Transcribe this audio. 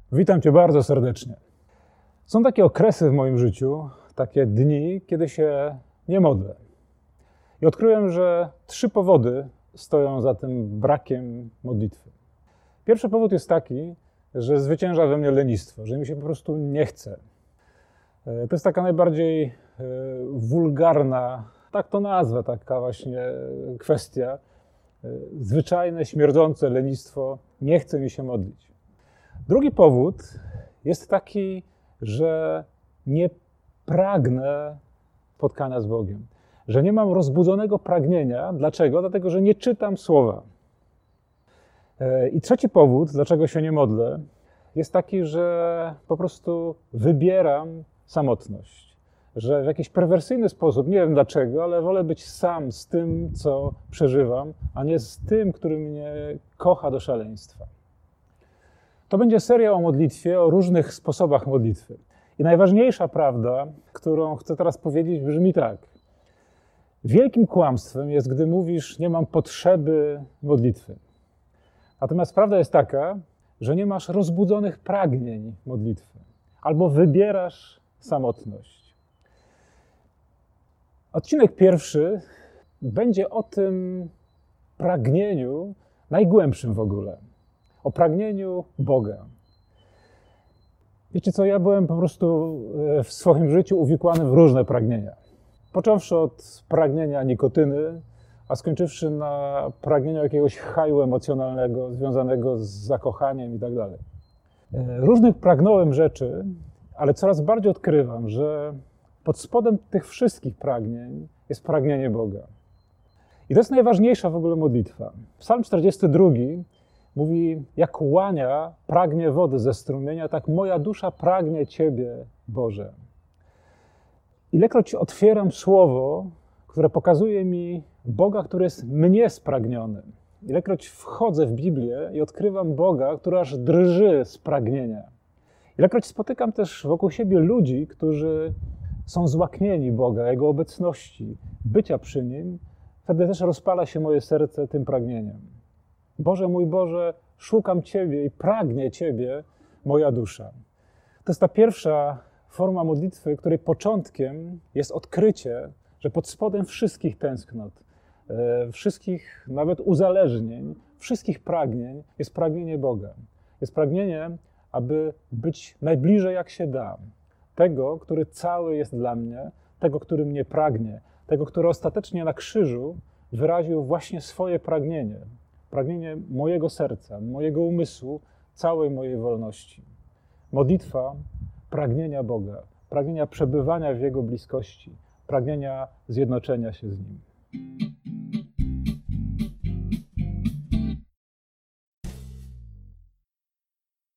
Witam Cię bardzo serdecznie. Są takie okresy w moim życiu, takie dni, kiedy się nie modlę. I odkryłem, że 3 powody stoją za tym brakiem modlitwy. Pierwszy powód jest taki, że zwycięża we mnie lenistwo, że mi się po prostu nie chce. To jest taka najbardziej wulgarna, tak to nazwę, taka właśnie kwestia. Zwyczajne, śmierdzące lenistwo, nie chce mi się modlić. Drugi powód jest taki, że nie pragnę spotkania z Bogiem, że nie mam rozbudzonego pragnienia. Dlaczego? Dlatego, że nie czytam słowa. I trzeci powód, dlaczego się nie modlę, jest taki, że po prostu wybieram samotność. Że w jakiś perwersyjny sposób, nie wiem dlaczego, ale wolę być sam z tym, co przeżywam, a nie z tym, który mnie kocha do szaleństwa. To będzie seria o modlitwie, o różnych sposobach modlitwy. I najważniejsza prawda, którą chcę teraz powiedzieć, brzmi tak. Wielkim kłamstwem jest, gdy mówisz, nie mam potrzeby modlitwy. Natomiast prawda jest taka, że nie masz rozbudzonych pragnień modlitwy. Albo wybierasz samotność. Odcinek pierwszy będzie o tym pragnieniu najgłębszym w ogóle. O pragnieniu Boga. Wiecie co, ja byłem po prostu w swoim życiu uwikłany w różne pragnienia. Począwszy od pragnienia nikotyny, a skończywszy na pragnieniu jakiegoś haju emocjonalnego związanego z zakochaniem i tak dalej. Różnych pragnąłem rzeczy, ale coraz bardziej odkrywam, że pod spodem tych wszystkich pragnień jest pragnienie Boga. I to jest najważniejsza w ogóle modlitwa. Psalm 42 mówi, jak łania pragnie wody ze strumienia, tak moja dusza pragnie Ciebie, Boże. Ilekroć otwieram słowo, które pokazuje mi Boga, który jest mnie spragniony. Ilekroć wchodzę w Biblię i odkrywam Boga, który aż drży z pragnienia. Ilekroć spotykam też wokół siebie ludzi, którzy są złaknieni Boga, Jego obecności, bycia przy Nim, wtedy też rozpala się moje serce tym pragnieniem. Boże, mój Boże, szukam Ciebie i pragnie Ciebie moja dusza. To jest ta pierwsza forma modlitwy, której początkiem jest odkrycie, że pod spodem wszystkich tęsknot, wszystkich nawet uzależnień, wszystkich pragnień jest pragnienie Boga. Jest pragnienie, aby być najbliżej jak się da. Tego, który cały jest dla mnie, tego, który mnie pragnie, tego, który ostatecznie na krzyżu wyraził właśnie swoje pragnienie. Pragnienie mojego serca, mojego umysłu, całej mojej wolności. Modlitwa pragnienia Boga, pragnienia przebywania w Jego bliskości, pragnienia zjednoczenia się z Nim.